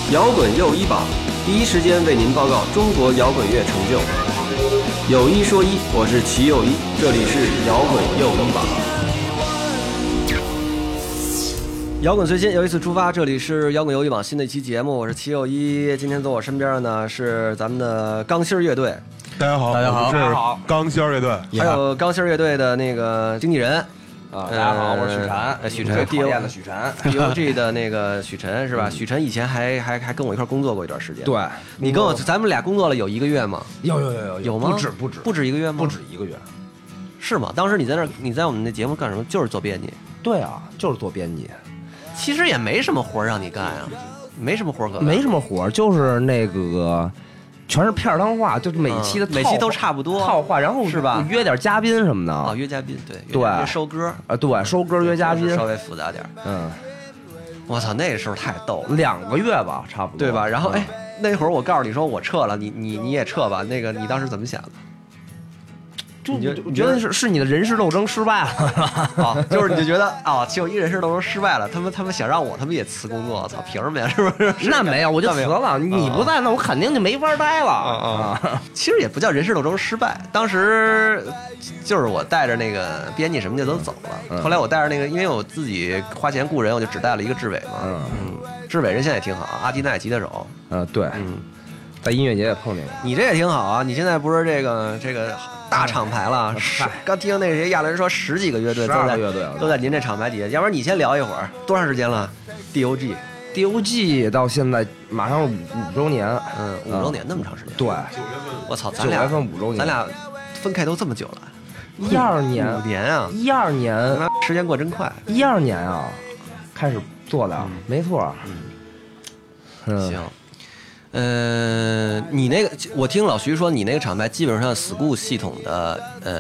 摇滚又一榜，第一时间为您报告中国摇滚乐成就。有一说一，我是齐又一，这里是摇滚又一榜。摇滚随心，又一次出发，这里是摇滚又一榜新的一期节目，我是齐又一。今天坐我身边的呢是咱们的钢芯乐队。 大家好， 大家好， 我是钢芯乐队， 还有钢芯乐队的那个经纪人。 大家好，我是许晨， 许晨讨厌的许晨 ，DOG 的那个许晨是吧？许晨以前还跟我一块工作过一段时间。 对， 你跟我咱们俩工作了有1个月吗？ 有吗？ 不止 1个月吗？ 不止1个月， 是吗？当时你在我们那节目干什么？就是做编辑。 对啊，就是做编辑。 其实也没什么活让你干啊，没什么活可干。 没什么活，就是那个。全是片儿汤话，就是每期的每期都差不多套话，然后是吧？ 约点嘉宾什么的啊，约嘉宾对， 约收歌啊，对，收歌约嘉宾稍微复杂点。我操，那时候太逗了 ，2个月吧，差不多， 对吧？然后那会儿我告诉你说我撤了，你也撤吧。那个你当时怎么想的？ 你觉得是你的人事斗争失败了啊？就是你就觉得啊，就一人事斗争失败了，他们想让他们也辞工作，操，凭什么呀？是不是？ 那没有，我就辞了。你不在，那我肯定就没法待了。 其实也不叫人事斗争失败，当时就是我带着那个编辑什么的都走了。后来我带着那个，因为我自己花钱雇人，我就只带了一个志伟嘛。志伟人现在也挺好，阿基奈吉他手。 对，在音乐节也碰见过。 你这也挺好啊，你现在不是这个大厂牌了？刚听那谁亚伦说10几个乐队都在您这厂牌底下，要不然你先聊一会儿，多长时间了 ？DOG 到现在马上5周年 ，5周年那么长时间？ 对， 我操，咱俩 9月份5周年， 咱俩分开都这么久了 ，12年 ，5年啊 ，12年， 时间过真快 ，12年啊，开始做的，没错， 行。你那个，我听老徐说，你那个厂牌基本上 school 系统的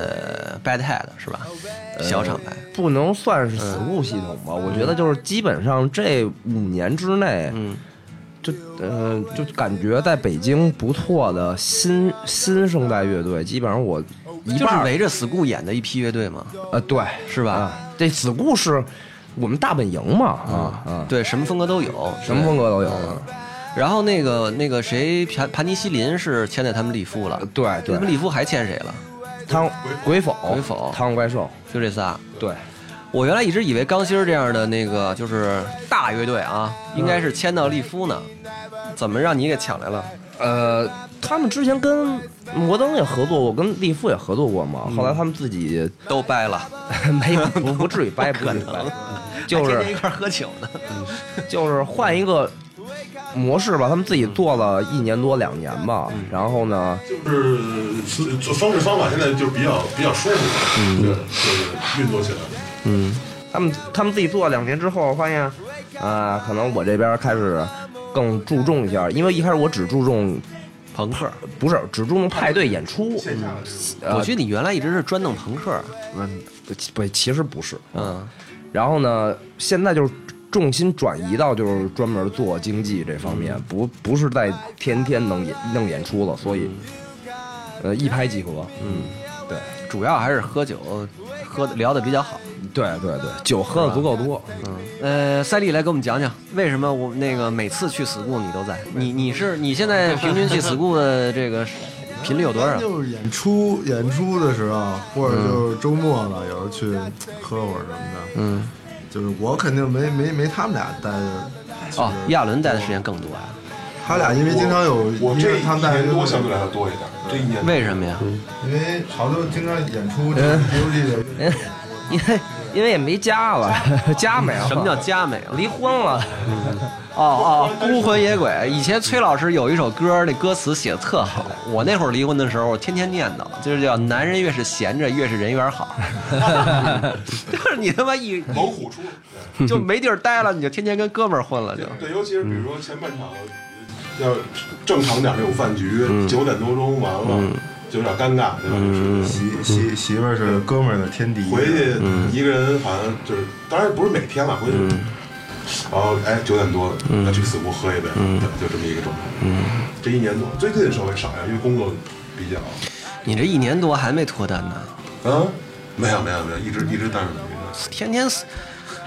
bad head 是吧？小厂牌不能算是 school 系统吧？我觉得就是基本上这5年之内，就感觉在北京不错的新生代乐队，基本上我一半就是围着 school 演的一批乐队嘛。 对， 是吧？ 这 school 是我们大本营嘛， 对，什么风格都有， 什么风格都有。 然后那个谁，盘尼西林是签在他们利夫了， 对， 他们利夫还签谁了？ 鬼否，汤怪兽， 就这仨。 对， 我原来一直以为钢芯这样的那个就是大乐队啊，应该是签到利夫呢，怎么让你给抢来了？ 他们之前跟摩登也合作过，跟利夫也合作过嘛，后来他们自己都掰了， 没有，不至于掰，不可能，就是天天一块喝酒呢， 就是换一个模式吧，他们自己做了1年多2年吧，然后呢， 就是做方式方法现在就是比较舒服，就是运作起来。 他们自己做了2年之后，发现可能我这边开始更注重一下，因为一开始我只注重朋克， 不是只注重派对演出。 我觉得你原来一直是专弄朋克， 不，其实不是。然后呢，现在就是重心转移到就是专门做经济这方面，不是在天天弄演出了，所以一拍即合。对， 主要还是喝酒，聊得比较好。 对，酒喝的足够多。 赛丽来给我们讲讲，为什么我那个每次去 school 你都在？你现在平均去 school 的这个频率有多少？ 就是演出的时候，或者就是周末了，有时候去喝会儿什么的。就是我肯定没他们俩待的。 亚伦待的时间更多呀。 他俩因为经常有， 我这他们待 1年多相对来说多一点，这1年为什么呀？ 因为好多经常演出，DOG 的。因为也没家了，家没了。 什么叫家没了？ 离婚了。 孤魂野鬼。以前崔老师有一首歌，那歌词写的特好。我那会儿离婚的时候，我天天念叨，就是叫男人越是闲着，越是人缘好。就是你他妈猛虎出， 就没地儿待了，你就天天跟哥们儿混了就。 对，尤其是比如说前半场要正常点那种饭局，9点多钟完了。就有点尴尬，对吧？ 媳妇儿是哥们儿的天敌。 回去一个人好像就是，当然不是每天了，回去，然后9点多要去死屋喝一杯，就这么一个状态。这1年多，最近稍微少呀，因为工作比较。 你这1年多还没脱单呢？ 没有，一直单着呢。 天天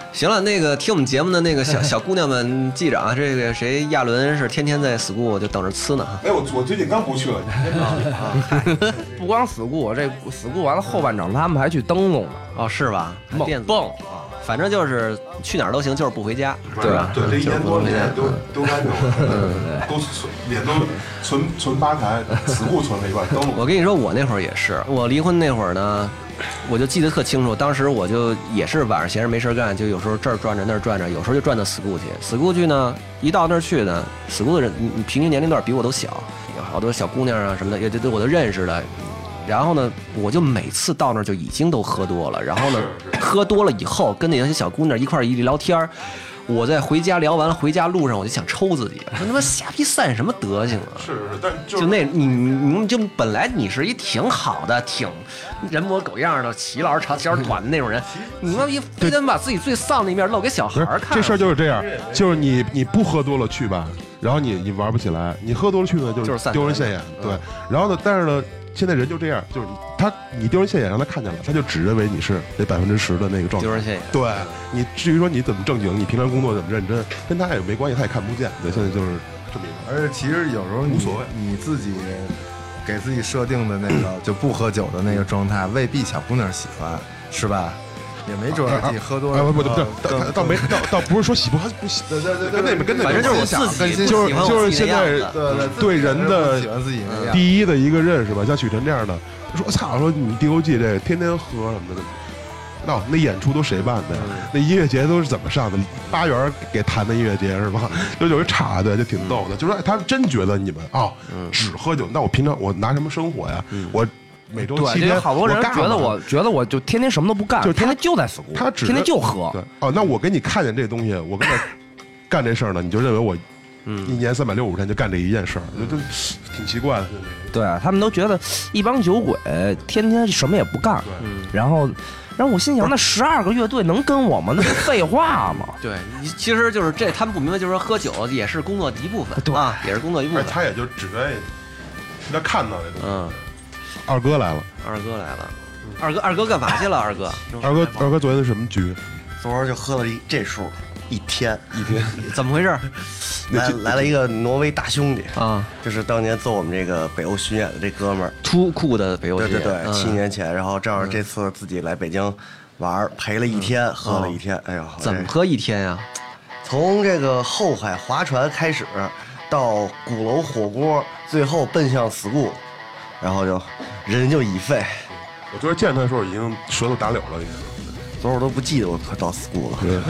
行了，那个听我们节目的那个小姑娘们记着啊，这个谁亚伦是天天在 school 就等着呲呢。 哎，我最近刚不去了， 不光 school， 这 school 完了后半场他们还去灯笼呢， 哦，是吧？电子蹦啊，反正就是去哪儿都行，就是不回家， 对吧？ 对，这一年多脸都干净了，都脸都存吧台，死固存了一半，灯笼。 我跟你说，我那会儿也是，我离婚那会儿呢，我就记得特清楚。当时我就也是晚上闲着没事干，就有时候这儿转着那儿转着，有时候就转到 school 去。school 去呢，一到那儿去呢 ，school 的人平均年龄段比我都小，有好多小姑娘啊什么的，也都我都认识的。然后呢，我就每次到那儿就已经都喝多了。然后呢，喝多了以后跟那些小姑娘一块儿一聊天儿。我在回家聊完了，回家路上我就想抽自己，说他妈瞎逼散什么德行啊！ 是，但就那你就本来你是一挺好的、挺人模狗样的、骑老师长小短的那种人，你妈逼非得把自己最丧的一面露给小孩看。 这事儿就是这样，就是你不喝多了去吧，然后你玩不起来；你喝多了去呢，就是丢人现眼。对，然后呢，但是呢，现在人就这样，就是你丢人现眼让他看见了，他就只认为你是那10%的那个状态。 丢人现眼。 对，你至于说你怎么正经，你平常工作怎么认真，跟他也没关系，他也看不见。对，现在就是这么一个。 而且其实有时候无所谓， 你自己给自己设定的那个就不喝酒的那个状态，未必小姑娘喜欢，是吧？也没准自己喝多了。 不，倒不是说喜不喜，跟那反正就是我自己就是现在对人的喜欢自己那样第一的一个认识吧，像许晨这样的，说操，说你 DOG 这天天喝什么的。那演出都谁办的呀？那音乐节都是怎么上的？8元给弹的音乐节是吧？就有一岔的，就挺逗的。就是他真觉得你们只喝酒，那我平常我拿什么生活呀？我每周7天， 好多人觉得我就天天什么都不干， 就天天就在 school， 他天天就喝。 对哦，那我给你看见这东西，我跟他干这事儿呢，你就认为我一年365天就干这一件事儿，就挺奇怪的。 对啊，他们都觉得一帮酒鬼天天什么也不干，然后我心想，那12个乐队能跟我们那是废话吗？ 对，其实就是这，他们不明白，就是说喝酒也是工作的一部分啊，也是工作一部分。 他也就只愿意他看到这东西。二哥来了， 二哥干嘛去了？二哥昨天是什么局？ 昨儿就喝了这数一天， 怎么回事？ 来了一个挪威大兄弟啊， 就是当年做我们这个北欧巡演的这哥们儿， 突酷的北欧巡演， 对7年前，然后正好这次自己来北京玩，陪了一天，喝了一天，哎呦， 怎么喝一天呀？ 从这个后海划船开始，到鼓楼火锅，最后奔向 school， 然后就人就已废。 我昨儿见他的时候已经舌头打柳了， 昨儿我都不记得我快到 school 了。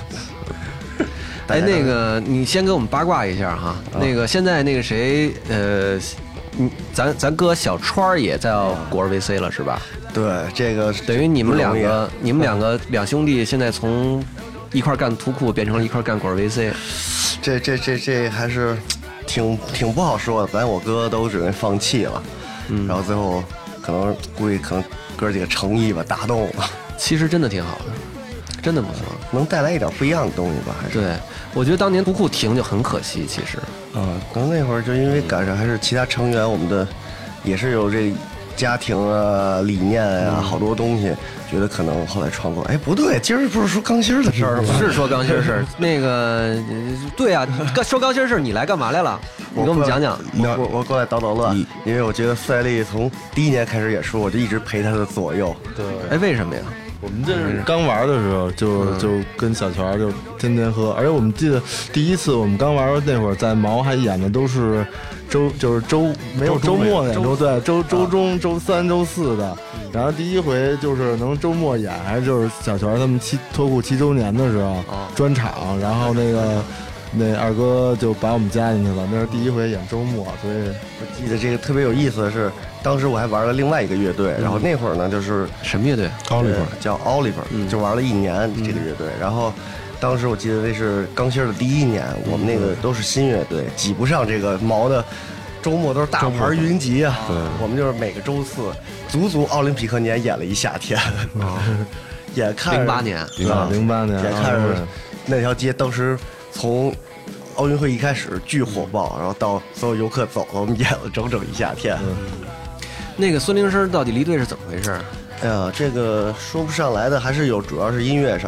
哎，那个，你先给我们八卦一下哈。那个现在那个谁，咱哥小川也在果儿 VC 了是吧？ 对，这个等于你们两个两兄弟现在从一块干图库变成了一块干果儿 VC。 这还是挺不好说的，我哥都准备放弃了，然后最后估计哥几个诚意吧打动了。 其实真的挺好的。真的不错， 能带来一点不一样的东西吧？还是对，我觉得当年图库停就很可惜，其实。 可能那会儿就因为赶上还是其他成员，我们的也是有这家庭啊、理念啊，好多东西，觉得可能后来创作，哎，不对，今儿不是说钢芯的事儿吗？ 是说钢芯事儿，那个，对啊，说钢芯事儿，你来干嘛来了？你跟我们讲讲。 我过来捣捣乱，因为我觉得赛丽从第1年开始演出，我就一直陪他的左右。 对， 哎，为什么呀？ 我们这是刚玩的时候就跟小泉就天天喝，而且我们记得第一次我们刚玩的那会儿，在毛还演的都是没有周末演出，对，周中、周3、周4的。然后第一回就是能周末演，还是就是小泉他们脱裤7周年的时候专场，然后那二哥就把我们加进去了，那是第一回演周末，所以我记得这个特别有意思的是，当时我还玩了另外一个乐队，然后那会儿呢就是什么乐队？ 叫 Oliver，就玩了1年这个乐队，然后当时我记得那是钢芯的第1年，我们那个都是新乐队，挤不上这个毛的周末都是大牌云集啊，我们就是每个周4足奥林匹克年演了一夏天，眼看 08年 08年， 眼看着那条街当时。从奥运会一开始巨火爆，然后到所有游客走了，我们演了整整一夏天。 那个孙铃声到底离队是怎么回事？ 哎呀，这个说不上来的，还是主要是音乐上吧。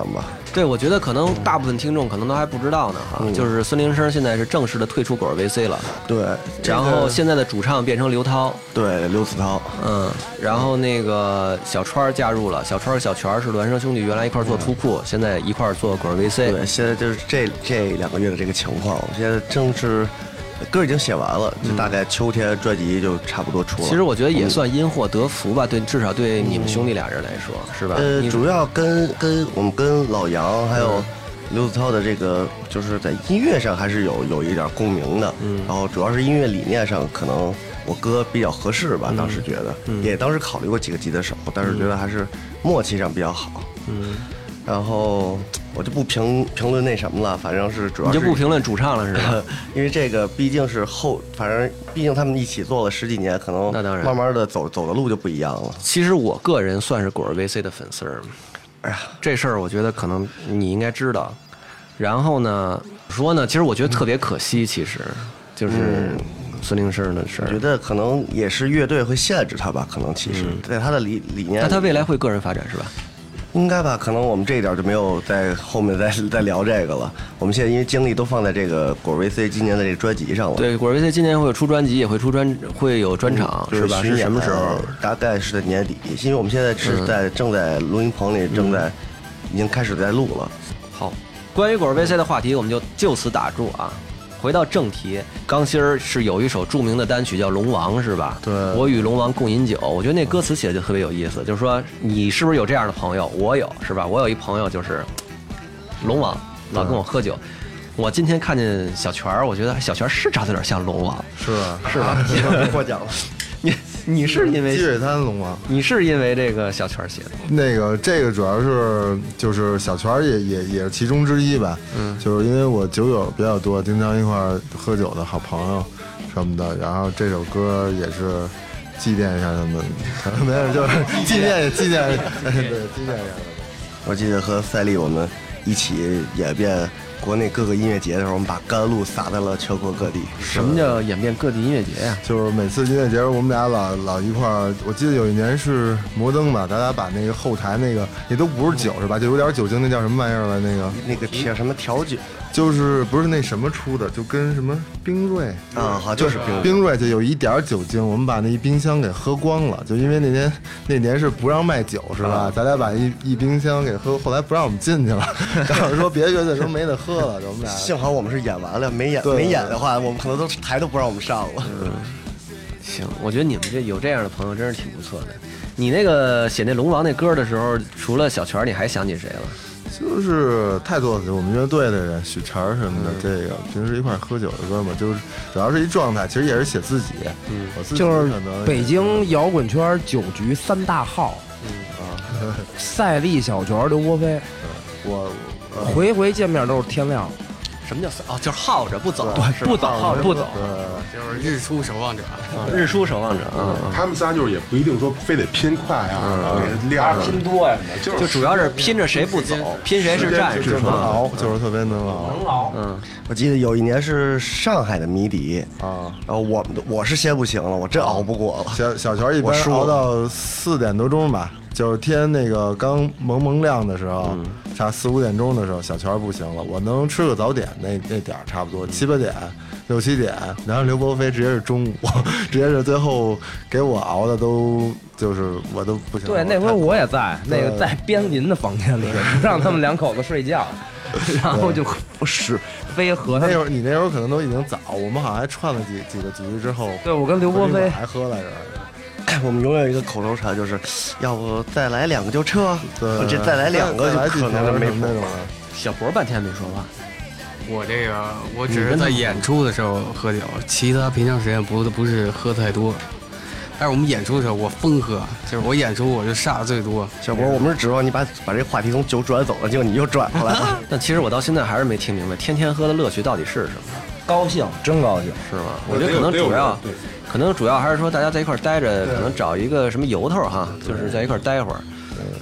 对，我觉得可能大部分听众可能都还不知道呢哈，就是孙铃声现在是正式的退出果儿 VC 了， 对， 然后现在的主唱变成刘涛， 对刘子涛， 然后那个小川加入了，小川和小泉是孪生兄弟，原来一块做图库，现在一块做果儿 VC。 对，现在就是这2个月的这个情况，现在正是歌已经写完了，就大概秋天专辑就差不多出了。 其实我觉得也算因祸得福吧，对，至少对你们兄弟俩人来说，是吧？ 主要我们跟老杨还有刘子涛的这个，就是在音乐上还是有一点共鸣的。然后主要是音乐理念上，可能我哥比较合适吧，当时觉得，也当时考虑过几个吉他手，但是觉得还是默契上比较好。然后我就不评论那什么了，反正是主要是你就不评论主唱了是吧？ 因为这个毕竟是反正毕竟他们一起做了10几年，可能那当然慢慢的走的路就不一样了。 其实我个人算是果儿 VC 的粉丝儿， 哎呀， 这事儿我觉得可能你应该知道。然后呢，说呢，其实我觉得特别可惜，其实就是孙铃声的事儿。 我觉得可能也是乐队会限制他吧，可能其实在他的理念。 那他未来会个人发展是吧？ 应该吧，可能我们这一点就没有在后面再聊这个了。我们现在因为精力都放在这个果 VC 今年的这个专辑上了。 对，果 VC 今年会有出专辑，也会会有专场，是吧？是什么时候？ 大概是在年底，因为我们现在是正在录音棚里，已经开始在录了。 好，关于果 VC 的话题，我们就此打住啊。回到正题，刚心儿是有一首著名的单曲叫《龙王》，是吧？ 对， 我与龙王共饮酒。我觉得那歌词写的就特别有意思，就是说你是不是有这样的朋友？我有，是吧？我有一朋友就是龙王，老跟我喝酒。我今天看见小泉儿，我觉得小泉是长得有点像龙王， 是吧？ 是吧？ 获奖了。 你是因为积水滩龙王， 你是因为这个小泉写的？ 这个主要是就是小泉也是其中之一吧。就是因为我酒友比较多，经常一块儿喝酒的好朋友什么的，然后这首歌也是祭奠一下他们，没有就是纪念对，纪念一下他们。 我记得和赛丽我们一起演变国内各个音乐节的时候，我们把甘露撒在了全国各地。 什么叫演变各地音乐节呀？ 就是每次音乐节我们俩老一块儿，我记得有一年是摩登吧，咱俩把那个后台那都不是酒是吧？就有点酒精，那叫什么玩意儿了？那个什么调酒， 就是不是那什么出的，就跟什么冰锐啊，好就是冰锐，就有一点酒精，我们把那一冰箱给喝光了，就因为那年是不让卖酒是吧？咱俩把一冰箱给喝，后来不让我们进去了，当时说别的乐队都没得喝了，我们俩幸好我们是演完了，没演的话，我们可能台都不让我们上了。 行，我觉得你们有这样的朋友真是挺不错的。你那个写那龙王那歌的时候，除了小泉，你还想起谁了？ 就是太多了，我们乐队的人，许晨什么的，这个平时一块喝酒的哥们儿，就是主要是一状态，其实也是写自己。我自己就是北京摇滚圈酒局3大号，赛丽、小泉、刘国飞， 我回见面都是天亮。 什么叫就是耗着不走， 对，不走耗着不走， 就是日出守望者日出守望者啊。 他们仨就是也不一定说非得拼快啊，练拼多呀， 就主要是拼着谁不走，拼谁是战士， 能熬，就是特别能熬。 我记得有一年是上海的迷笛啊， 然后我是先不行了，我真熬不过了。 小泉一般熬到4点多钟吧。就是天那个刚蒙亮的时候，差4、5点钟的时候，小泉不行了，我能吃个早点，那点儿差不多7、8点、6、7点，然后刘伯飞直接是中午，直接是最后给我熬的都就是我都不行。 对，那会儿我也在那个在边邻的房间里，不让他们2口子睡觉，然后就飞和他。 你那会儿可能都已经早，我们好像还串了几个局之后。 对，我跟刘伯飞还喝来着。 我们永远有一个口头禅，就是要不再来2个就撤，这再来2个就可能没那种了。 小博半天没说话。 我只是在演出的时候喝酒，其他平常时间不是喝太多。但是我们演出的时候，我疯喝，就是我演出我就煞最多。 小博，我们是指望你把这话题从酒转走了，结果你又转回来了。 但其实我到现在还是没听明白，天天喝的乐趣到底是什么？ 高兴，真高兴， 是吗？我觉得可能主要还是说大家在一块待着，可能找一个什么由头哈，就是在一块待会儿。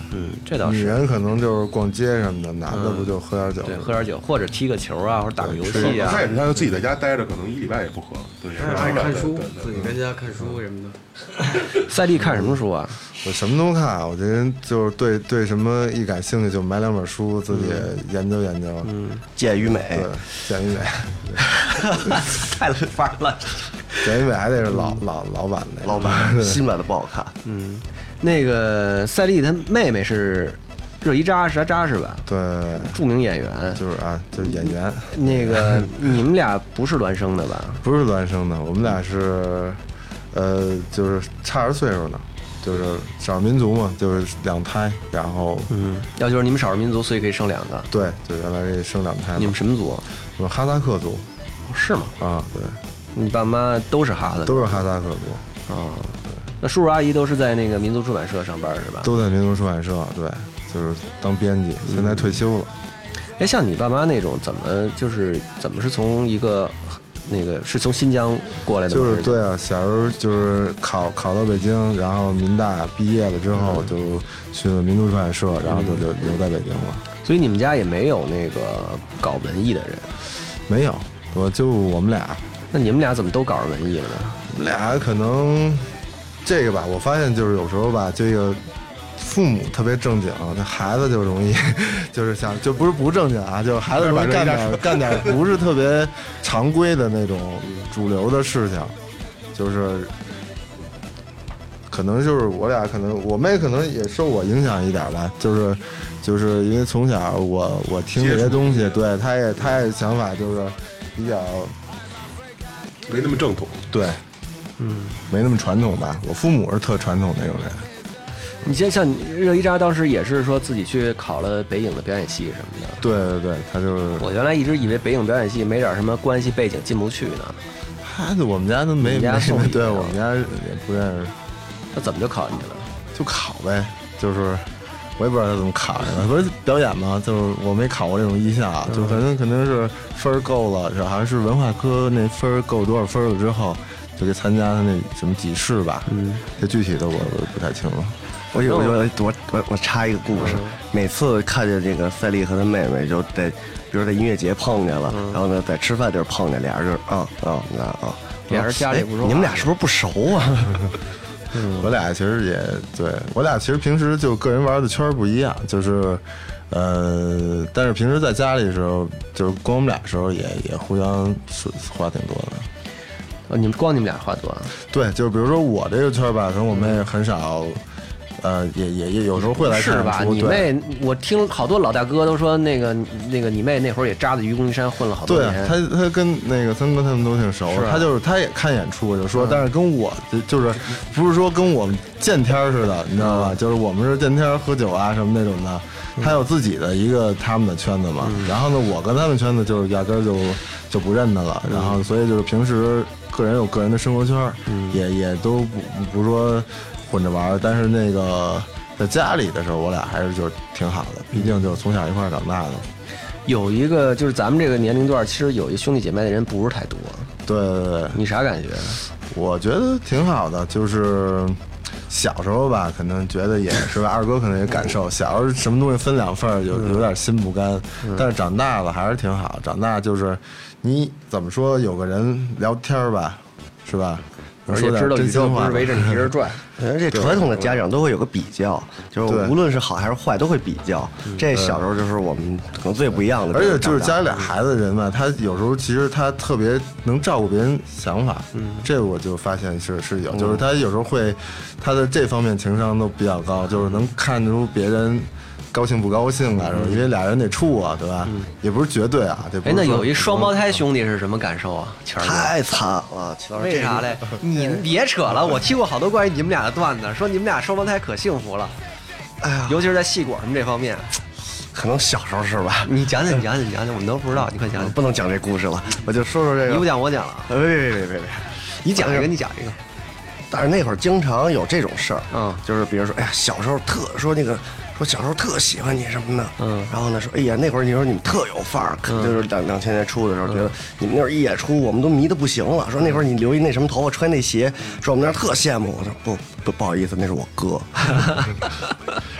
这倒是。 女人可能就是逛街什么的，男的不就喝点酒？ 对，喝点酒，或者踢个球啊，或者打个游戏啊。 你看自己在家待着，可能1礼拜也不喝了。对， 爱看书，自己在家看书什么的。 赛丽看什么书啊？ 我什么都看，我这人就是对什么一感兴趣就买2本书，自己研究研究。 健与美， 对，健与美， 太烦了。 健与美还得是老版的， 老板新版的不好看。 那个赛丽她妹妹是热依扎是吧？ 对， 著名演员。 就是演员。 那个你们俩不是孪生的吧？ 不是孪生的，我们俩是，就是差着岁数呢。就是少数民族嘛，就是2胎，然后要就是你们少数民族，所以可以生2个。 对，就原来这生2胎。 你们什么族？ 我们哈萨克族。 是吗？ 啊，对。 你爸妈都是哈萨克？ 都是哈萨克族。 啊，那叔叔阿姨都是在那个民族出版社上班是吧？ 都在民族出版社，对，就是当编辑，现在退休了。 哎，像你爸妈那种，怎么是从一个那个是从新疆过来的吗？ 就是对啊，小时候就是考到北京，然后民大毕业了之后就去了民族出版社，然后就留在北京了。 所以你们家也没有那个搞文艺的人？ 没有，我们俩。 那你们俩怎么都搞上文艺了呢？ 我们俩可能这个吧，我发现就是有时候吧，这个父母特别正经，那孩子就容易就是想就不是不正经啊，就是孩子容易干点不是特别常规的那种主流的事情，就是可能就是我俩可能我妹可能也受我影响一点吧，就是因为从小我听这些东西，对她也想法就是比较没那么正统， 对，没那么传统吧。我父母是特传统那种人。 你像热依扎当时也是说自己去考了北影的表演系什么的。 对，他就是。 我原来一直以为北影表演系没点什么关系背景进不去呢。 我们家都没，对我们家也不认识。 他怎么就考进去了？ 就考呗，就是我也不知道他怎么考的，不是表演吗？就是我没考过这种艺校，就肯定是分够了，好像是文化科那分够多少分了之后，就给参加他那什么几试吧。这具体的我不太清了。 我插一个故事，每次看见这个赛丽和他妹妹就在，比如在音乐节碰见了，然后呢在吃饭地儿碰见，俩人就是俩人家里不说话， 你们俩是不是不熟啊？ 我俩其实也对，我俩其实平时就个人玩的圈不一样，就是但是平时在家里的时候，就是光我们俩的时候也互相话挺多的。 你们光你们俩话多？ 对，就是比如说我这个圈吧，可能我妹很少。也有时候会来看是吧？你妹，我听好多老大哥都说，那个你妹那会儿也扎在愚公移山混了好多年。 对，他跟那个森哥他们都挺熟，他也看演出，就说，但是跟我就是不是说跟我们见天似的，你知道吧？就是我们是见天喝酒啊什么那种的，他有自己的一个他们的圈子嘛。然后呢，我跟他们圈子就是压根就不认得了。然后所以就是平时个人有个人的生活圈，也都不说。混着玩，但是那个在家里的时候，我俩还是就挺好的，毕竟就是从小一块长大的。 有一个就是咱们这个年龄段，其实有一兄弟姐妹的人不是太多。 对， 你啥感觉？ 我觉得挺好的，就是小时候吧，可能觉得也是吧，二哥可能也感受，小时候什么东西分2份，有点心不甘，但是长大了还是挺好。长大就是你怎么说，有个人聊天吧，是吧？ 而且知道宇宙不是围着你一人转。 这传统的家长都会有个比较，就是无论是好还是坏都会比较。这小时候就是我们可能最不一样的。 而且就是家里俩孩子的人嘛，他有时候其实他特别能照顾别人想法。这我就发现是有，就是他有时候会他的这方面情商都比较高，就是能看出别人高兴不高兴啊，因为俩人得处啊，对吧？也不是绝对啊。 哎，那有一双胞胎兄弟是什么感受啊？ 太惨了， 为啥嘞？你别扯了，我听过好多关于你们俩的段子，说你们俩双胞胎可幸福了。哎呀，尤其是在戏馆什么这方面， 可能小时候是吧？ 你讲讲，我们都不知道，你快讲讲。 不能讲这故事了，我就说这个。 你不讲我讲了。 别， 你讲一个，你讲一个。 但是那会儿经常有这种事儿，就是比如说，哎呀，小时候说小时候特喜欢你什么的，然后呢说，哎呀，那会儿你说你们特有范儿，就是2000年初的时候，觉得你们那会儿一演出，我们都迷得不行了。说那会儿你留一那什么头发，穿那鞋，说我们那儿特羡慕。我说不好意思，那是我哥。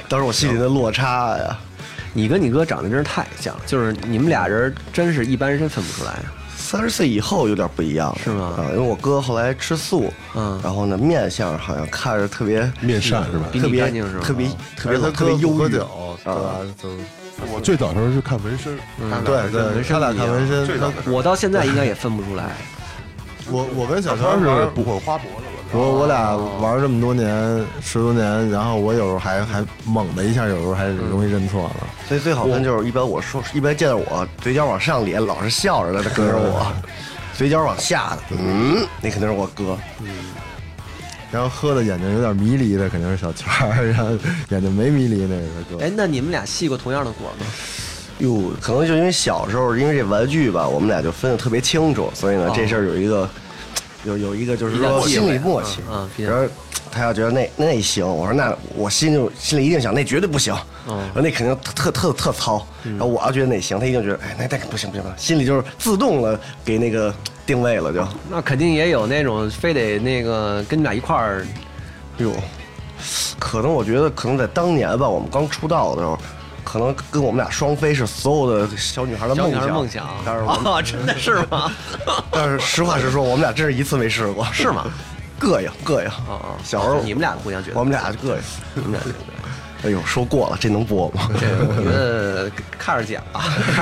当时我心里的落差呀。 你跟你哥长得真是太像了，就是你们俩人真是一般人分不出来啊。 30岁以后有点不一样， 是吗？ 因为我哥后来吃素，然后呢面相好像看着特别面善是吧？ 比你干净是吧？ 特别他忧郁。 喝酒，对吧？就我最早的时候是看纹身， 对对，他俩看纹身， 我到现在应该也分不出来。 我跟小他是川玩不会花脖子。 我俩玩这么多年，10多年，然后我有时候还猛的一下，有时候还容易认错了。 所以最好看就是一般见到我嘴角往上咧，老是笑着的跟着我，嘴角往下的，那肯定是我哥。 然后喝的眼睛有点迷离的肯定是小圈儿，然后眼睛没迷离那个是哥。 哎，那你们俩戏过同样的果吗？ 哟，可能就因为小时候因为这玩具吧，我们俩就分得特别清楚，所以呢这事儿有一个就是说心理默契。然后他要觉得那行，我说那我心里一定想那绝对不行，然后那肯定特糙。然后我要觉得那行，他一定觉得哎那不行，心里就是自动的给那个定位了就。 那肯定也有那种非得那个跟你俩一块儿。 哟，可能我觉得可能在当年吧，我们刚出道的时候。可能跟我们俩双飞是所有的小女孩的梦想，但是真的是吗？ 但是实话实说，我们俩真是一次没试过， 是吗？ 膈应。小时候你们俩互相觉得， 我们俩就膈应，你们俩觉得。哎呦，说过了，这能播吗？ 这我觉得看着讲啊，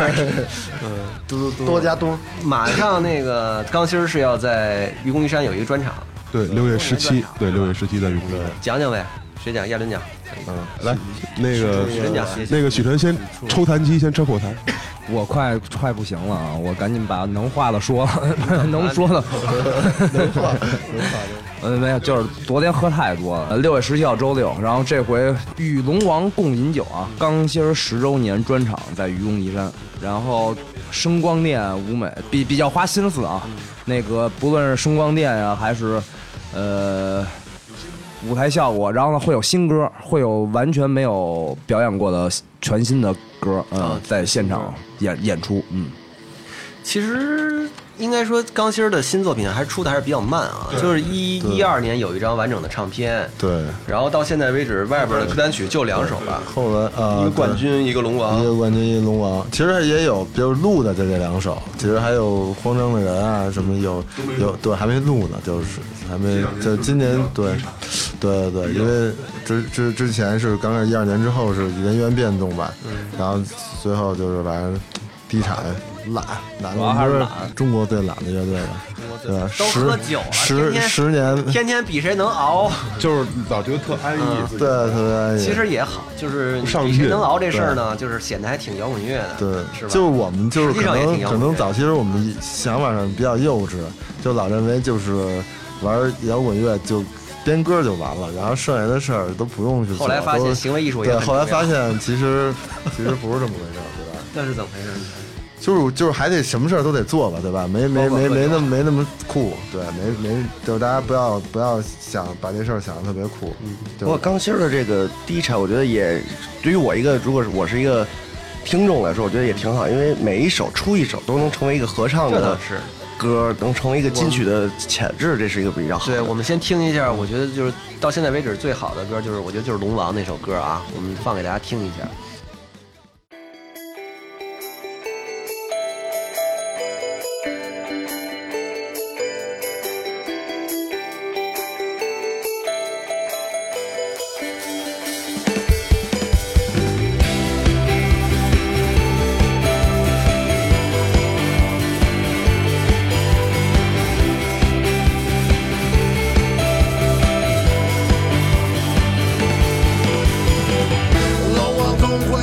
多加多。 马上那个钢芯是要在愚公移山有一个专场， 对，6月17，对，6月17在愚公移山。 讲讲呗，谁讲？亚伦讲。 来，那个许晨先抽痰机先抽口痰。 我快不行了啊！我赶紧把能话的说了，能说的没有，就是昨天喝太多了。6月17号周六，然后这回与龙王共饮酒啊，钢芯10周年专场在愚公移山，然后声光电舞美比较花心思啊，那个不论是声光电呀，还是舞台效果，然后呢会有新歌，会有完全没有表演过的全新的歌，在现场演出。 其实应该说钢芯的新作品还出的还是比较慢啊，就是12年有一张完整的唱片， 对， 然后到现在为止外边的歌单曲就2首吧， 后来一个冠军一个龙王， 一个冠军一个龙王，其实也有比如录的这2首，其实还有慌张的人啊什么有对还没录呢，就是还没就今年对，因为之前是刚开始12年之后是人员变动吧，然后最后就是把地产懒，我们是中国最懒的乐队了，对吧？ 都喝酒了 10年， 天天比谁能熬， 就是老觉得特安逸， 对，特别安逸。 其实也好，就是比谁能熬这事儿呢，就是显得还挺摇滚乐的， 对， 是吧？ 就是我们就是可能早期时候我们想法上比较幼稚，就老认为就是玩摇滚乐就编歌就完了，然后剩下的事儿都不用去做。 后来发现行为艺术也很重要。 后来发现其实不是这么回事，对吧？ 那是怎么回事？ 就是还得什么事儿都得做吧，对吧？没那么酷，对，就是大家不要想把这事儿想得特别酷。 不过钢芯的这个第一场，我觉得也对于如果我是一个听众来说，我觉得也挺好，因为每一首出一首都能成为一个合唱的歌，能成为一个金曲的潜质，这是一个比较好的。 对，我们先听一下，我觉得就是到现在为止最好的歌，我觉得就是龙王那首歌啊，我们放给大家听一下。 龙王总会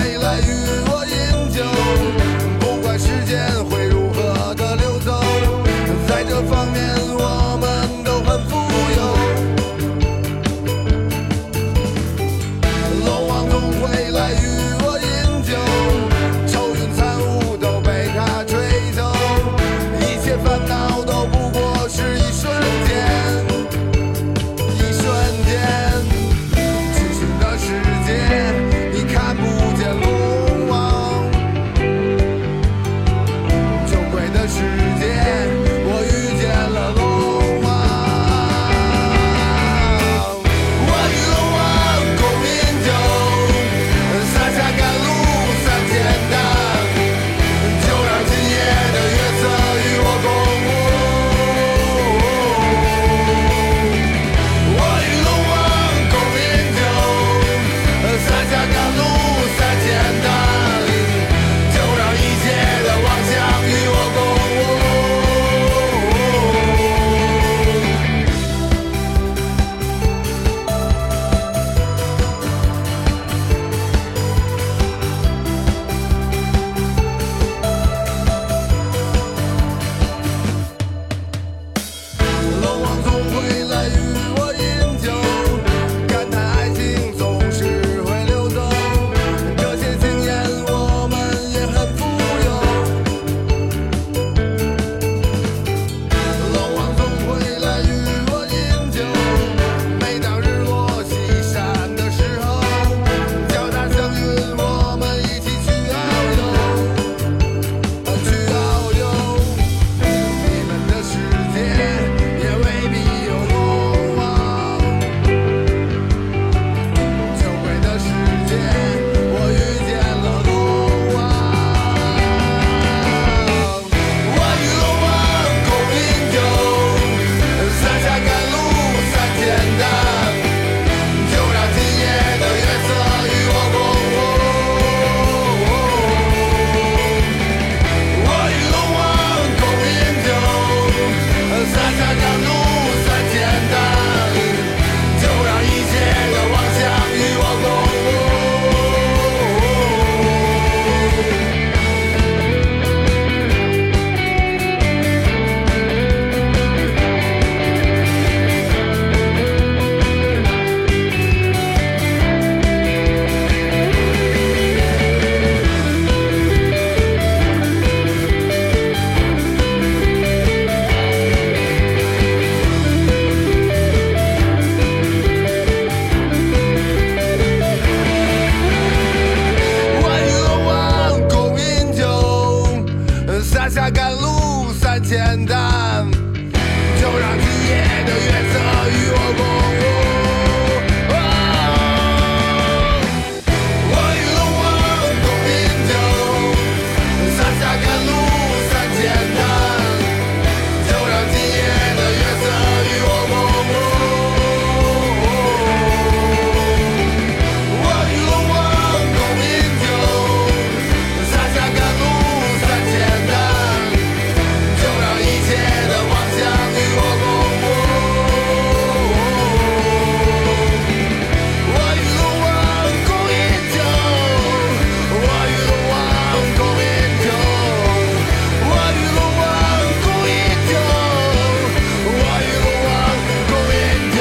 单，就让今夜的月色与我共舞。我与龙王共饮酒，洒下甘露三千担，就让今夜的月色与我共舞。我与龙王共饮酒，洒下甘露三千担，就让一切的妄想与我共舞。我与龙王共饮酒，我与龙王共饮酒，我与龙王共饮酒，我与龙王共饮酒。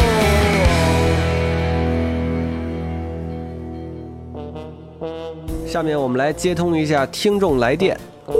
下面我们来接通一下听众来电。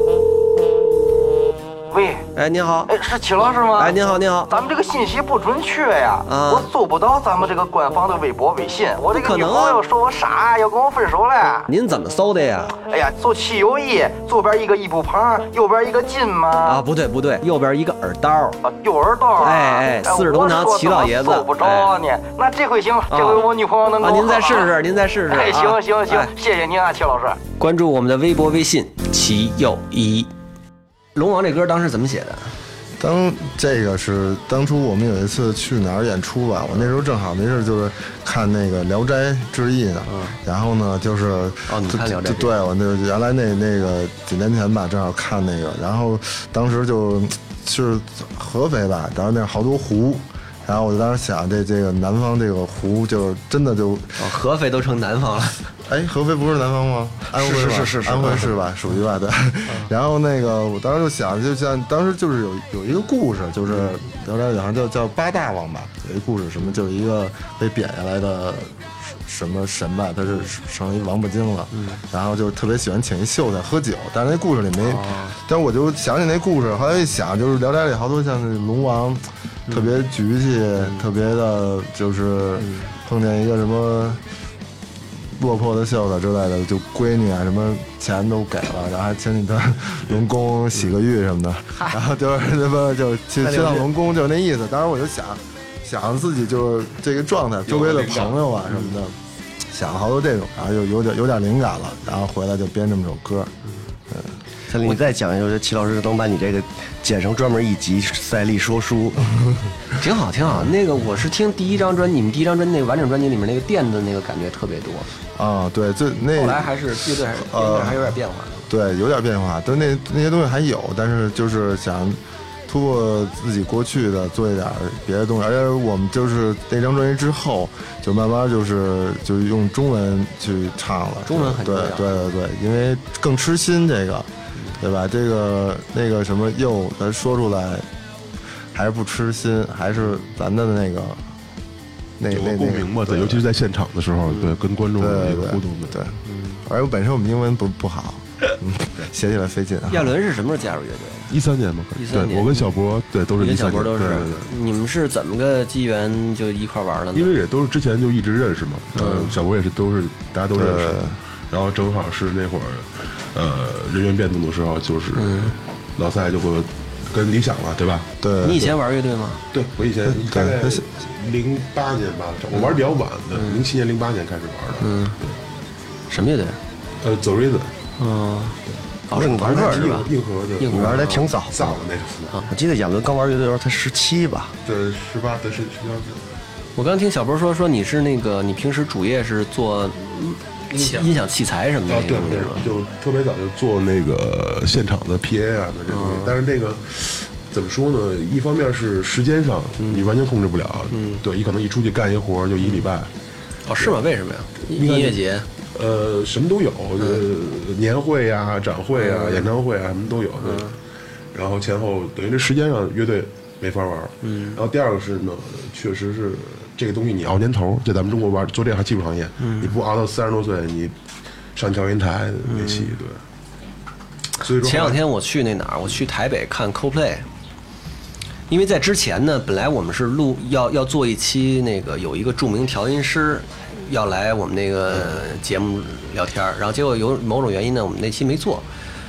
喂， 哎，您好。 哎，是齐老师吗？ 哎，您好，您好。 咱们这个信息不准确呀，我搜不到咱们这个官方的微博、微信。我这个女朋友说我傻，要跟我分手了。 您怎么搜的呀？ 哎呀，搜齐友谊，左边一个一步旁，右边一个金嘛。 啊，不对不对，右边一个耳刀。 啊，右耳刀。 哎，四世同堂齐老爷子。 搜不着呢。那这回行，这回我女朋友能够。 您再试试，您再试试。 哎，行行行，谢谢您啊，齐老师。 关注我们的微博、微信齐友谊。龙王这歌当时怎么写的？ 这个是当初我们有一次去哪儿演出吧，我那时候正好没事就是看那个《聊斋志异》呢，然后呢就是你看《聊斋》 对，我那原来那个几年前吧，正好看那个，然后当时就是合肥吧，然后那好多湖。然后我就当时想，这个南方这个湖就真的就合肥都成南方了。 哎，合肥不是南方吗？安徽吧？是安徽是吧？属于吧？对。然后那个我当时就想，就像当时就是有一个故事，就是《聊斋》好像叫八大王吧，有一故事什么，就是一个被贬下来的什么神吧，他是成一王八精了，然后就特别喜欢请一秀才喝酒，但是那故事里没，但是我就想起那故事，后来一想，就是《聊斋》里好多像那龙王。特别局气，特别的，就是碰见一个什么落魄的秀才之类的，就闺女啊，什么钱都给了，然后还请你的龙宫洗个浴什么的，然后就是什么就去到龙宫，就那意思。当时我就想自己就是这个状态，周围的朋友啊什么的，想了好多这种，然后就有点灵感了，然后回来就编这么首歌。 小李，你再讲一下，齐老师能把你这个剪成专门一集赛力说书， 挺好挺好。那个我是听第一张专辑，你们第一张专辑那个完整专辑里面那个电的那个感觉特别多啊，对， 后来还是乐队还有点变化。 对，有点变化，但那些东西还有，但是就是想突破自己过去的，做一点别的东西。而且我们就是那张专辑之后，就慢慢就是用中文去唱了。 中文很重要。 对，因为更吃心这个。对吧？这个那个什么又咱说出来，还是不吃心，还是咱的那个有共鸣嘛？对，尤其是在现场的时候，对，跟观众有一个互动的。 对，而且本身我们英文不好，写起来费劲。 亚伦是什么时候加入乐队 ？13年嘛。 13年。 我跟小博对都是13年。 小博都是。 对。 你们是怎么个机缘就一块玩了呢？ 因为也都是之前就一直认识嘛。小博也是都是大家都认识，然后正好是那会儿。人员变动的时候，就是老赛就会跟理想了，对吧？ 对。 你以前玩乐队吗？ 对，我以前大概08年吧，我玩比较晚的，07年、08年开始玩的。对。 什么乐队 ？The Reason。 是朋克是吧？ 硬核的。 硬核玩的挺早的那个。 我记得亚伦刚玩乐队的时候，他17吧？ 对，18对是。 我刚听小波说你是那个，你平时主业是做。音响器材什么的， 对，就特别早就做那个现场的 PA 啊这东西，但是那个怎么说呢？一方面是时间上你完全控制不了，对，你可能一出去干一活就1礼拜。 是吗？为什么呀？音乐节， 什么都有，年会啊、展会啊、演唱会啊，什么都有。然后前后等于这时间上乐队没法玩。然后第二个是呢，确实是。这个东西你熬年头，在咱们中国玩做这行技术行业，你不熬到30多岁，你上调音台没戏。对，所以说前两天我去那哪儿，我去台北看 Coldplay， 因为在之前呢，本来我们是要做一期那个有一个著名调音师要来我们那个节目聊天，然后结果有某种原因呢，我们那期没做。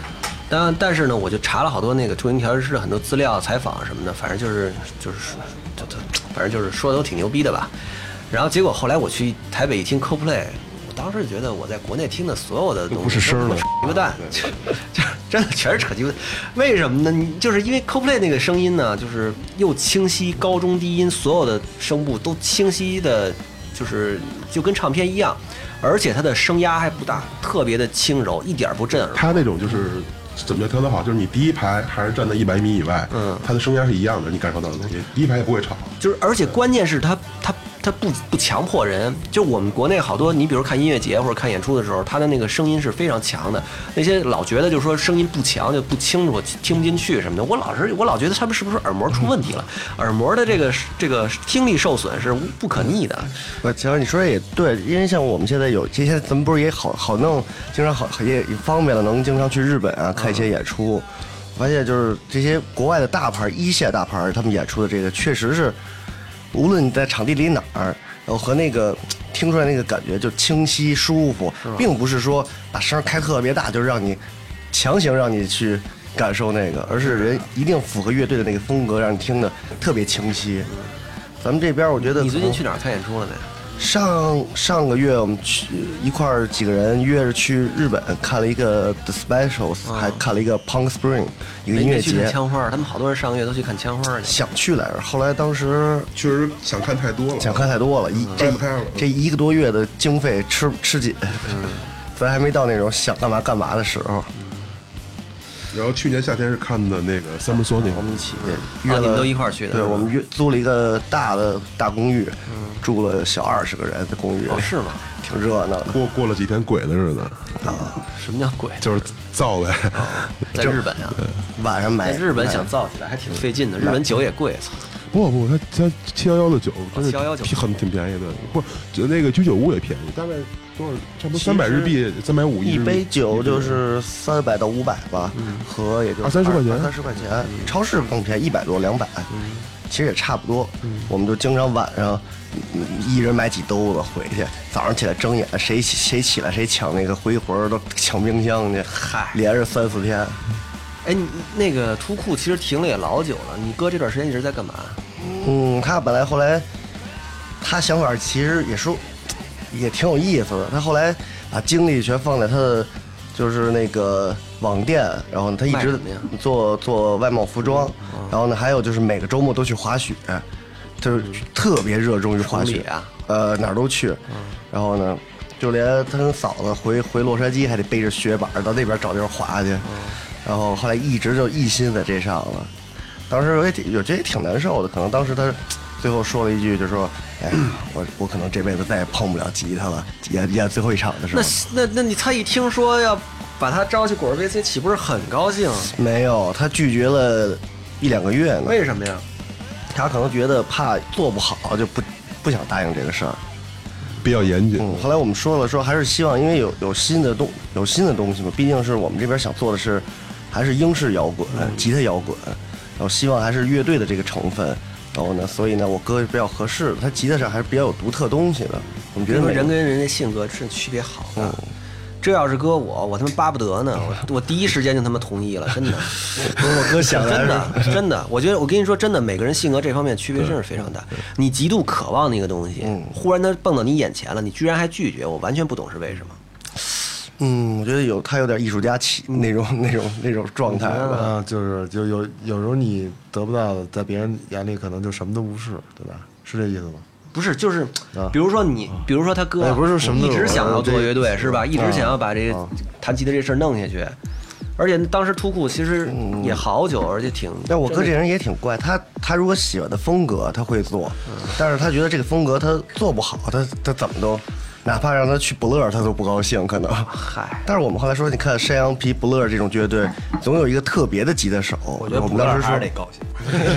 但是呢，我就查了好多那个著名调音师的很多资料、采访什么的，反正反正就是说的都挺牛逼的吧。然后结果后来我去台北一听 Coldplay， 我当时就觉得我在国内听的所有的东西不是声了， 扯鸡巴蛋，就真的全是扯鸡巴蛋。为什么呢？就是因为 Coldplay 那个声音呢，就是又清晰，高中低音所有的声部都清晰的，就跟唱片一样，而且它的声压还不大，特别的轻柔，一点不震耳。 他那种就是怎么调得好，就是你第一排还是站在100米以外，它的声压是一样的，你感受到的东西，第一排也不会吵。 就是而且关键是它不强迫人，就我们国内好多，你比如看音乐节或者看演出的时候，他的那个声音是非常强的。那些老觉得就是说声音不强就不清楚，听不进去什么的。我老觉得他们是不是耳膜出问题了？耳膜的这个听力受损是不可逆的。 其实你说也对，因为像我们现在有这些，咱们不是也好弄，经常也方便了，能经常去日本啊看一些演出。我发现就是这些国外的大牌、一线大牌，他们演出的这个确实是。无论你在场地里哪儿，然后和那个听出来那个感觉就清晰舒服，并不是说把声开特别大，就是让你强行让你去感受那个，而是人一定符合乐队的那个风格，让你听的特别清晰。咱们这边我觉得你最近去哪儿看演出了没？ 上个月我们去一块儿几个人约着去日本看了一个 The Specials，还看了一个 Palm Spring 一个音乐节。 枪花，他们好多人上个月都去看枪花去。 想去来着，后来当时确实想看太多了， 掰不开了。这1个多月的经费吃紧，咱还没到那种想干嘛干嘛的时候。 然后去年夏天是看的那个 Summer Sonic， 我们一起约了， 你们都一块儿去的。 对，我们租了一个大公寓，住了小20个人的公寓。 哦，是吗？ 挺热闹的。 过了几天鬼的日子啊？ 什么叫鬼？ 就是造呗。 在日本啊， 晚上买。 在日本想造起来还挺费劲的，日本酒也贵，操。 不，它711的酒真是 711 挺便宜的，不，那个居酒屋也便宜，大概多少？差不多300日币，350 一杯酒就是300到500吧，和也就 20-30块钱 ，30块钱。超市更便宜，100多200，其实也差不多。我们就经常晚上一人买几兜子回去，早上起来睁眼，谁起来谁抢那个回魂都抢冰箱去，连着3-4天。 哎，你那个图库其实停了也老久了，你哥这段时间一直在干嘛？ 他本来后来，他想法其实也挺有意思的。他后来把精力全放在他的就是那个网店，然后他一直做外贸服装，然后呢还有就是每个周末都去滑雪，就是特别热衷于滑雪啊， 哪儿都去，然后呢就连他跟嫂子回洛杉矶还得背着雪板到那边找地儿滑去。然后后来一直就一心在这上了，当时我觉得也挺难受的。可能当时他最后说了一句，就说：“哎，我可能这辈子再也碰不了吉他了。”演最后一场的时候， 那他一听说要把他招去果儿 VC， 岂不是很高兴？ 没有，他拒绝了1-2个月呢。 为什么呀？ 他可能觉得怕做不好，就不想答应这个事儿， 比较严谨。 后来我们说还是希望，因为有新的东西嘛，毕竟是我们这边想做的是。还是英式摇滚、吉他摇滚，然后希望还是乐队的这个成分，然后呢，所以呢，我哥是比较合适的，他吉他上还是比较有独特东西的。我们觉得人跟人的性格是区别好的。这要是搁我他妈巴不得呢，我第一时间就他妈同意了，真的。 我哥想的真的，我觉得我跟你说真的，每个人性格这方面区别真是非常大。你极度渴望那个东西，忽然它蹦到你眼前了，你居然还拒绝，我完全不懂是为什么。 我觉得他有点艺术家气那种状态啊，就有时候你得不到的，在别人眼里可能就什么都不是，对吧？是这意思吗？ 不是，就是比如说他哥， 不是什么一直想要做乐队是吧？一直想要把这个弹吉他这事儿弄下去，而且当时图库其实也好久，而且挺…… 但我哥这人也挺怪，他如果喜欢的风格他会做，但是他觉得这个风格他做不好，他怎么都。哪怕让他去不乐，他都不高兴，可能。 嗨， 但是我们后来说，你看山羊皮不乐这种乐队，总有一个特别的吉他手。 我觉得我们当时说得高兴。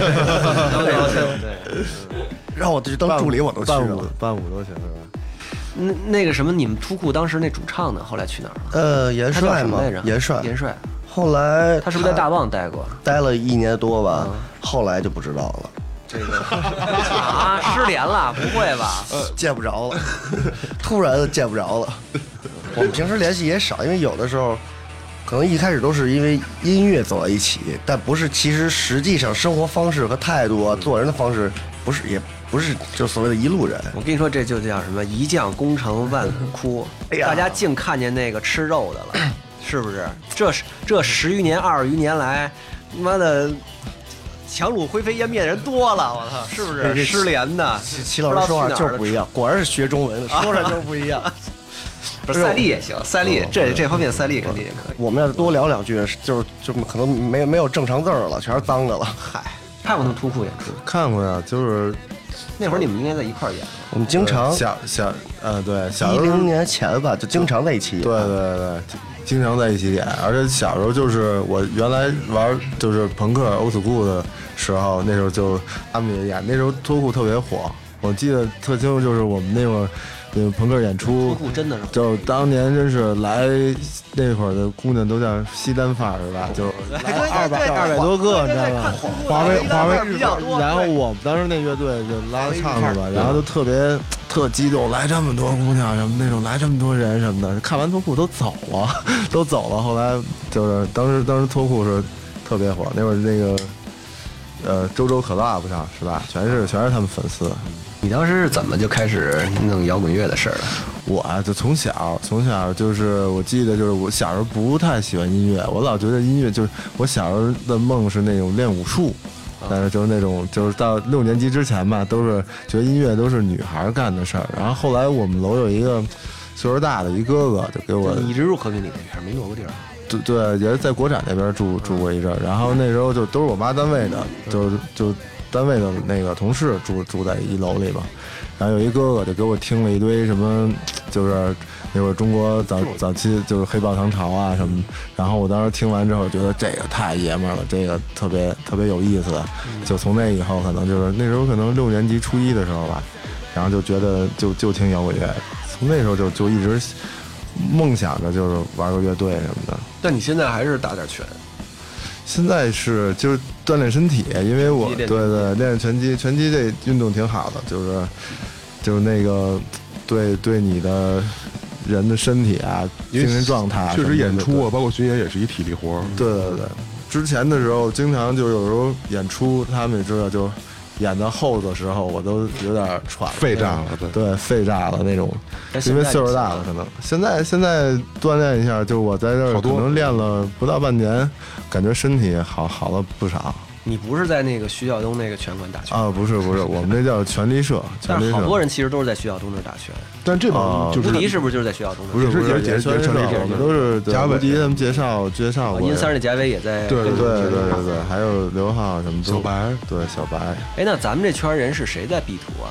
对，让我去当助理，我都去了， 伴舞都行是吧？那个什么，你们图库当时那主唱呢？后来去哪儿了？ 严帅嘛，严帅。后来他是不是在大旺待过？ 待了1年多吧，后来就不知道了。 这个失联了？不会吧？ 见不着了，突然见不着了。我们平时联系也少，因为有的时候可能一开始都是因为音乐走在一起，但不是，其实实际上生活方式和态度啊，做人的方式不是，也不是就所谓的一路人。 我跟你说，这就叫什么一将功成万骨枯。哎呀，大家净看见那个吃肉的了，是不是？这10余年、20余年来，妈的。强弩灰飞烟灭的人多了，我操，是不是？失联的， 齐老师说话就是不一样，果然是学中文的，说出来就是不一样。 不是赛丽也行，赛丽这方面赛丽肯定也可以。 我们要多聊两句，就可能没有正常字儿了，全是脏的了。 嗨，看过他们突库演出？ 看过呀，就是那会儿你们应该在一块儿演。 我们经常对 ，10年前吧，就经常在一起演。 对。经常在一起演，而且小时候就是我原来玩就是朋克欧斯库的时候，那时候就他们也演，那时候脱裤特别火，我记得特清楚，就是我们那会儿那个朋克演出， 脱裤真的是， 就当年真是来那会儿的姑娘都叫西单范儿是吧？就200多个，你知道吗？华为，然后我们当时那乐队就拉唱是吧？然后就特激动，来这么多姑娘什么那种，来这么多人什么的，看完脱裤都走了。后来就是当时脱裤是特别火，那会儿那个周可 love 上是吧？全是他们粉丝。 你当时是怎么就开始弄摇滚乐的事儿了？ 我啊，就从小就是我记得就是我小时候不太喜欢音乐，我老觉得音乐就是我小时候的梦是那种练武术。但是就是那种，就是到6年级之前吧，都是觉得音乐都是女孩干的事儿。然后后来我们楼有一个岁数大的一哥哥，就给我你一直住和平里那边没挪过地儿。 对，也是在国展那边住过一阵。然后那时候就都是我妈单位的，就单位的那个同事住在一楼里嘛。然后有一哥哥就给我听了一堆什么，就是那会儿中国早期就是黑豹唐朝啊什么，然后我当时听完之后觉得这个太爷们儿了，这个特别有意思，就从那以后可能就是那时候可能6年级初1的时候吧，然后就觉得就听摇滚乐，从那时候就一直梦想着就是玩个乐队什么的。 但你现在还是打点拳？ 现在是就是锻炼身体，因为我对练拳击这运动挺好的，就是那个对你的人的身体啊、精神状态， 确实演出啊，包括巡演也是一体力活。 对，之前的时候经常就有时候演出，他们也知道就。演到后的时候，我都有点喘， 肺炸了， 对，肺炸了那种，因为岁数大了，可能现在锻炼一下，就我在这儿可能练了不到半年，感觉身体好了不少。 你不是在那个徐晓东那个拳馆打拳啊？不是，我们那叫拳力社。 但是好多人其实都是在徐晓东那打拳。 但这帮就是吴迪是不是就是在徐晓东那？ 不是， 也是拳力社，我们都是贾伟吴迪他们介绍过。 阴三的贾伟也在。 对，还有刘浩什么小白， 对小白。 哎，那咱们这圈人是谁在 B 图啊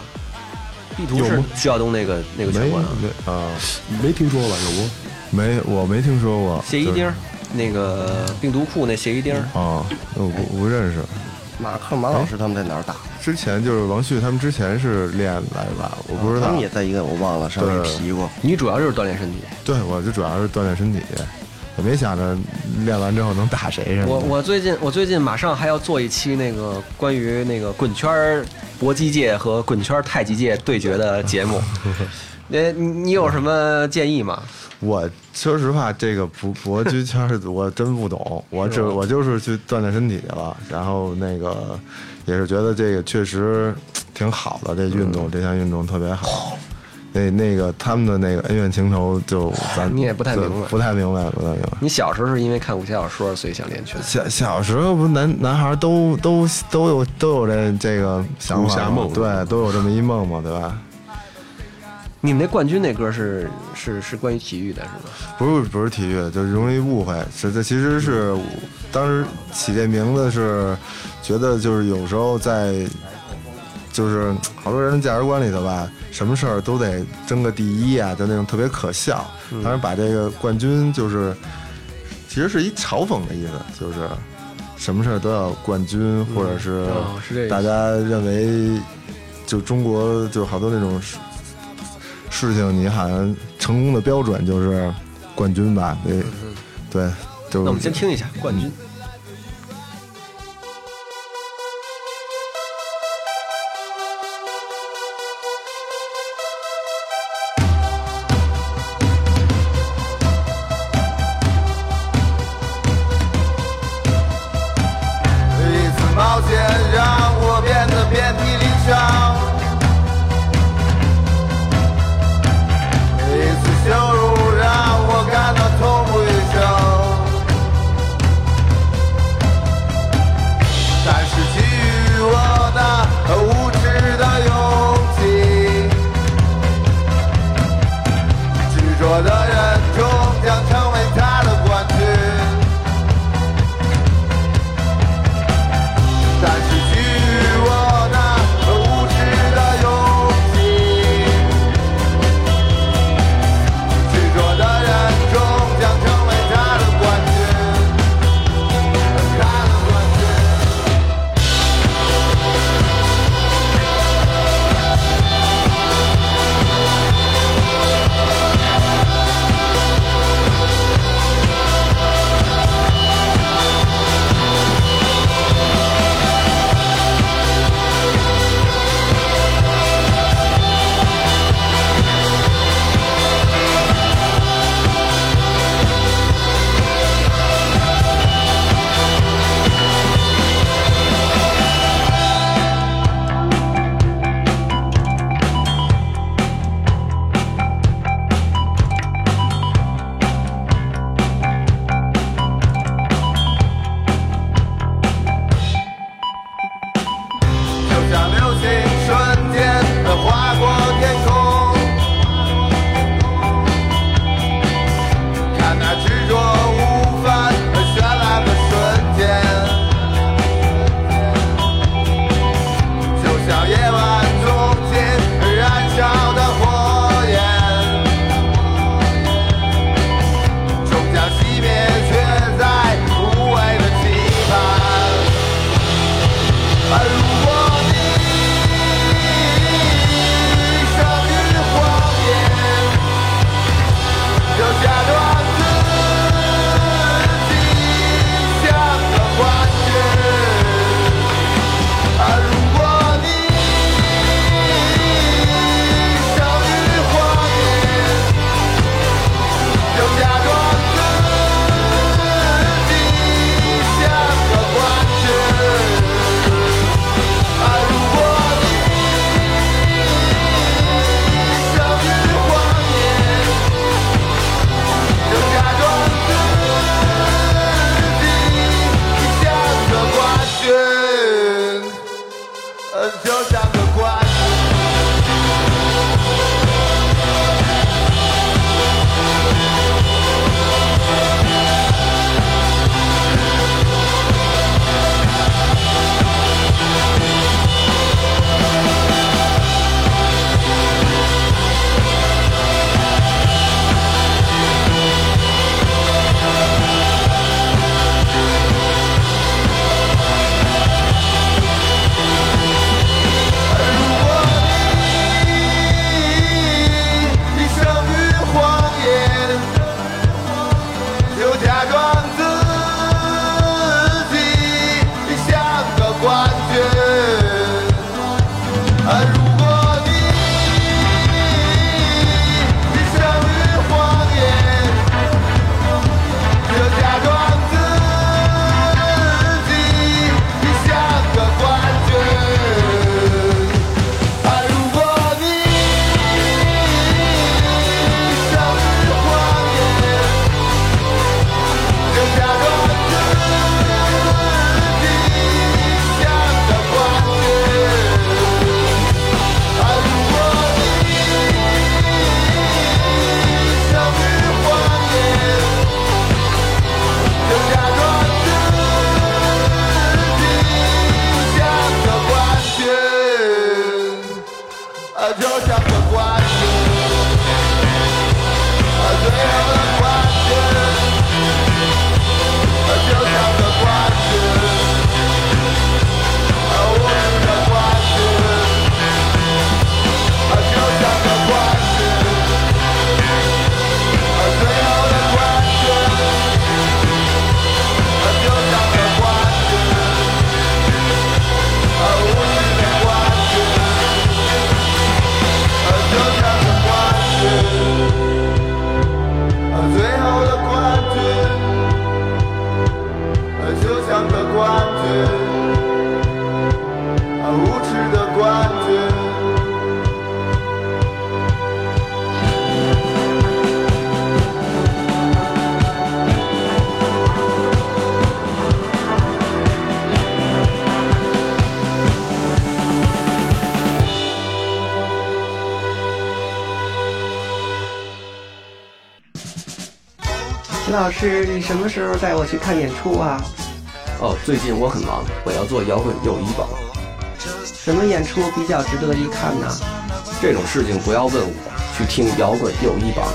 ？B 图是徐晓东那个拳馆啊？ 没听说吧？有不？ 没，我没听说过。 谢一丁。那个病毒库那谢一丁哦，我不认识。 马老师他们在哪儿打？ 之前就是王旭他们之前是练来吧，我不知道。 他们也在一个我忘了上面提过。 你主要就是锻炼身体。 对，我就主要是锻炼身体，我没想着练完之后能打谁什么。 我最近马上还要做一期那个关于那个滚圈搏击界和滚圈太极界对决的节目。你有什么建议吗？ 我说实话，这个搏击圈我真不懂，我就是去锻炼身体去了，然后那个也是觉得这个确实挺好的，这项运动特别好。那个他们的那个恩怨情仇就你也不太明白， 不太明白。 你小时候是因为看武侠小说所以想练拳？ 小时候不是男孩都有这个想法， 武侠梦， 对，都有这么一梦嘛，对吧？ 你们那冠军那歌是关于体育的是吗？ 不是体育的，就容易误会。这其实是当时起这名字是觉得就是有时候在就是好多人的价值观里头吧，什么事儿都得争个第一啊，就那种特别可笑。当时把这个冠军就是其实是一嘲讽的意思，就是什么事儿都要冠军，或者是大家认为就中国就好多那种事情，你好像成功的标准就是冠军吧？对，就那我们先听一下冠军。 像个怪秦老师，你什么时候带我去看演出啊？ 哦，最近我很忙，我要做摇滚友谊榜。 什么演出比较值得一看呢？ 这种事情不要问我，去听摇滚友谊榜。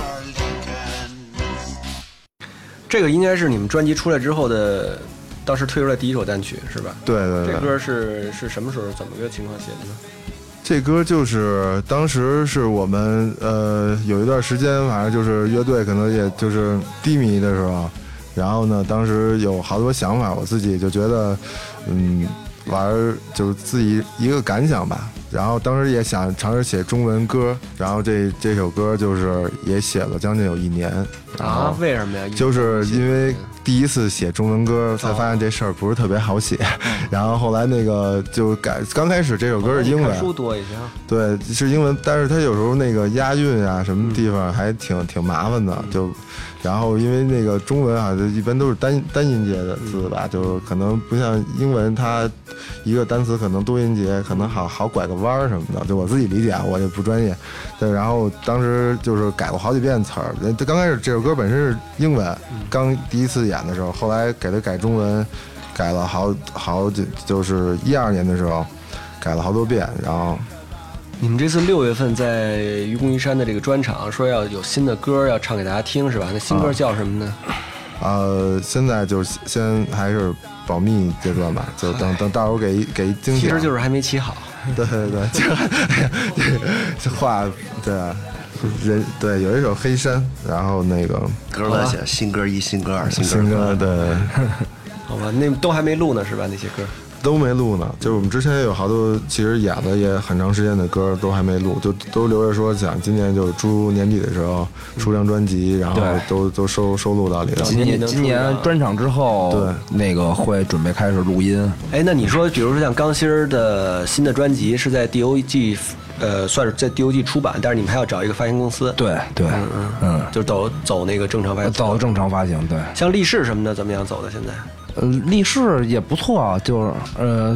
这个应该是你们专辑出来之后的，当时推出来第一首单曲是吧？ 对对对。 这歌是什么时候怎么个情况写的呢？ 这歌就是当时是我们有一段时间，反正就是乐队可能也就是低迷的时候，然后呢，当时有好多想法，我自己就觉得，玩就是自己一个感想吧。然后当时也想尝试写中文歌，然后这首歌就是也写了将近有1年。 啊？为什么呀？ 就是因为第一次写中文歌，才发现这事儿不是特别好写。然后后来那个就刚开始这首歌是英文， 看书多一些。 对，是英文，但是它有时候那个押韵啊，什么地方还挺麻烦的。就，然后因为那个中文啊，就一般都是单音节的字吧，就可能不像英文，它一个单词可能多音节，可能好拐个弯什么的。就我自己理解啊，我也不专业。对，然后当时就是改过好几遍词儿。刚开始这首歌本身是英文，刚第一次演的时候，后来给它改中文，改了好几，就是12年的时候，改了好多遍。然后你们这次6月份在愚公移山的这个专场，说要有新的歌要唱给大家听是吧？那新歌叫什么呢？ 现在就先还是保密阶段吧，就等到时候给惊喜。 其实就是还没起好。 对对对，这话对啊。人对，有一首《黑山》，然后那个歌来写新歌1、新歌2、 新歌对， 好吧，那都还没录呢是吧？那些歌都没录呢，就是我们之前有好多其实演了也很长时间的歌都还没录，就都留着说想今年就出年底的时候出张专辑，然后都收录到里头。 今年专场之后， 对那个会准备开始录音。 哎，那你说，比如说像钢芯儿的新的专辑是在 DOG。算是在 DOG 出版，但是你们还要找一个发行公司。 对对， 就走那个正常发行， 走正常发行。对， 像力士什么的怎么样走的？现在， 力士也不错，就是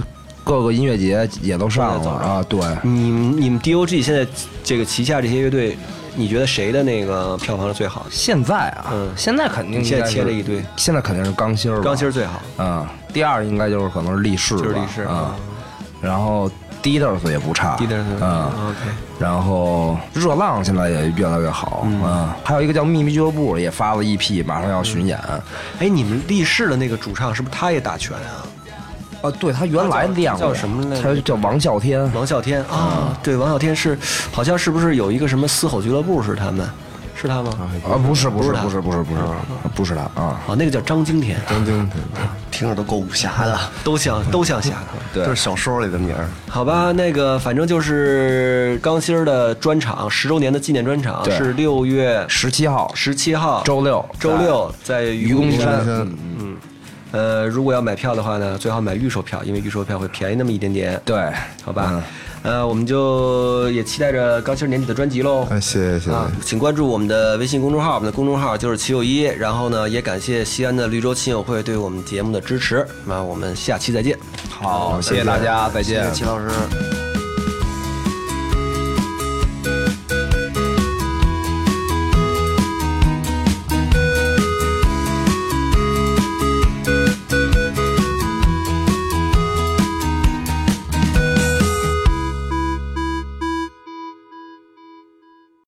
各个音乐节也都上了啊。对， 你们 DOG 现在这个旗下这些乐队，你觉得谁的那个票房是最好的？ 现在啊，现在肯定现在切了一堆， 现在肯定是钢芯儿， 钢芯儿最好。 第二应该就是可能是力士， 就是力士啊。然后 Didders 也不差 ，Didders OK。 然后热浪现在也越来越好还有一个叫秘密俱乐部也发了 EP， 马上要巡演。 哎，你们力士的那个主唱是不是他也打拳啊？ 对他原来练过， 叫什么来着？ 他叫王啸天。 王啸天啊，对，王啸天是好像是不是有一个什么嘶吼俱乐部是他们？是他吗？ 不是他啊！ 那个叫张惊天， 听着都够武侠的， 都像侠的， 对， 都是小说里的名儿。 好吧，那个反正就是钢芯儿的专场，10周年的纪念专场是6月 17号，周六在愚公移山。 如果要买票的话呢，最好买预售票，因为预售票会便宜那么一点点。 对， 好吧。我们就也期待着钢芯年底的专辑喽。 谢谢请关注我们的微信公众号，我们的公众号就是齐友一。然后呢，也感谢西安的绿洲亲友会对我们节目的支持。那我们下期再见。 好，谢谢大家，再见， 谢谢齐老师。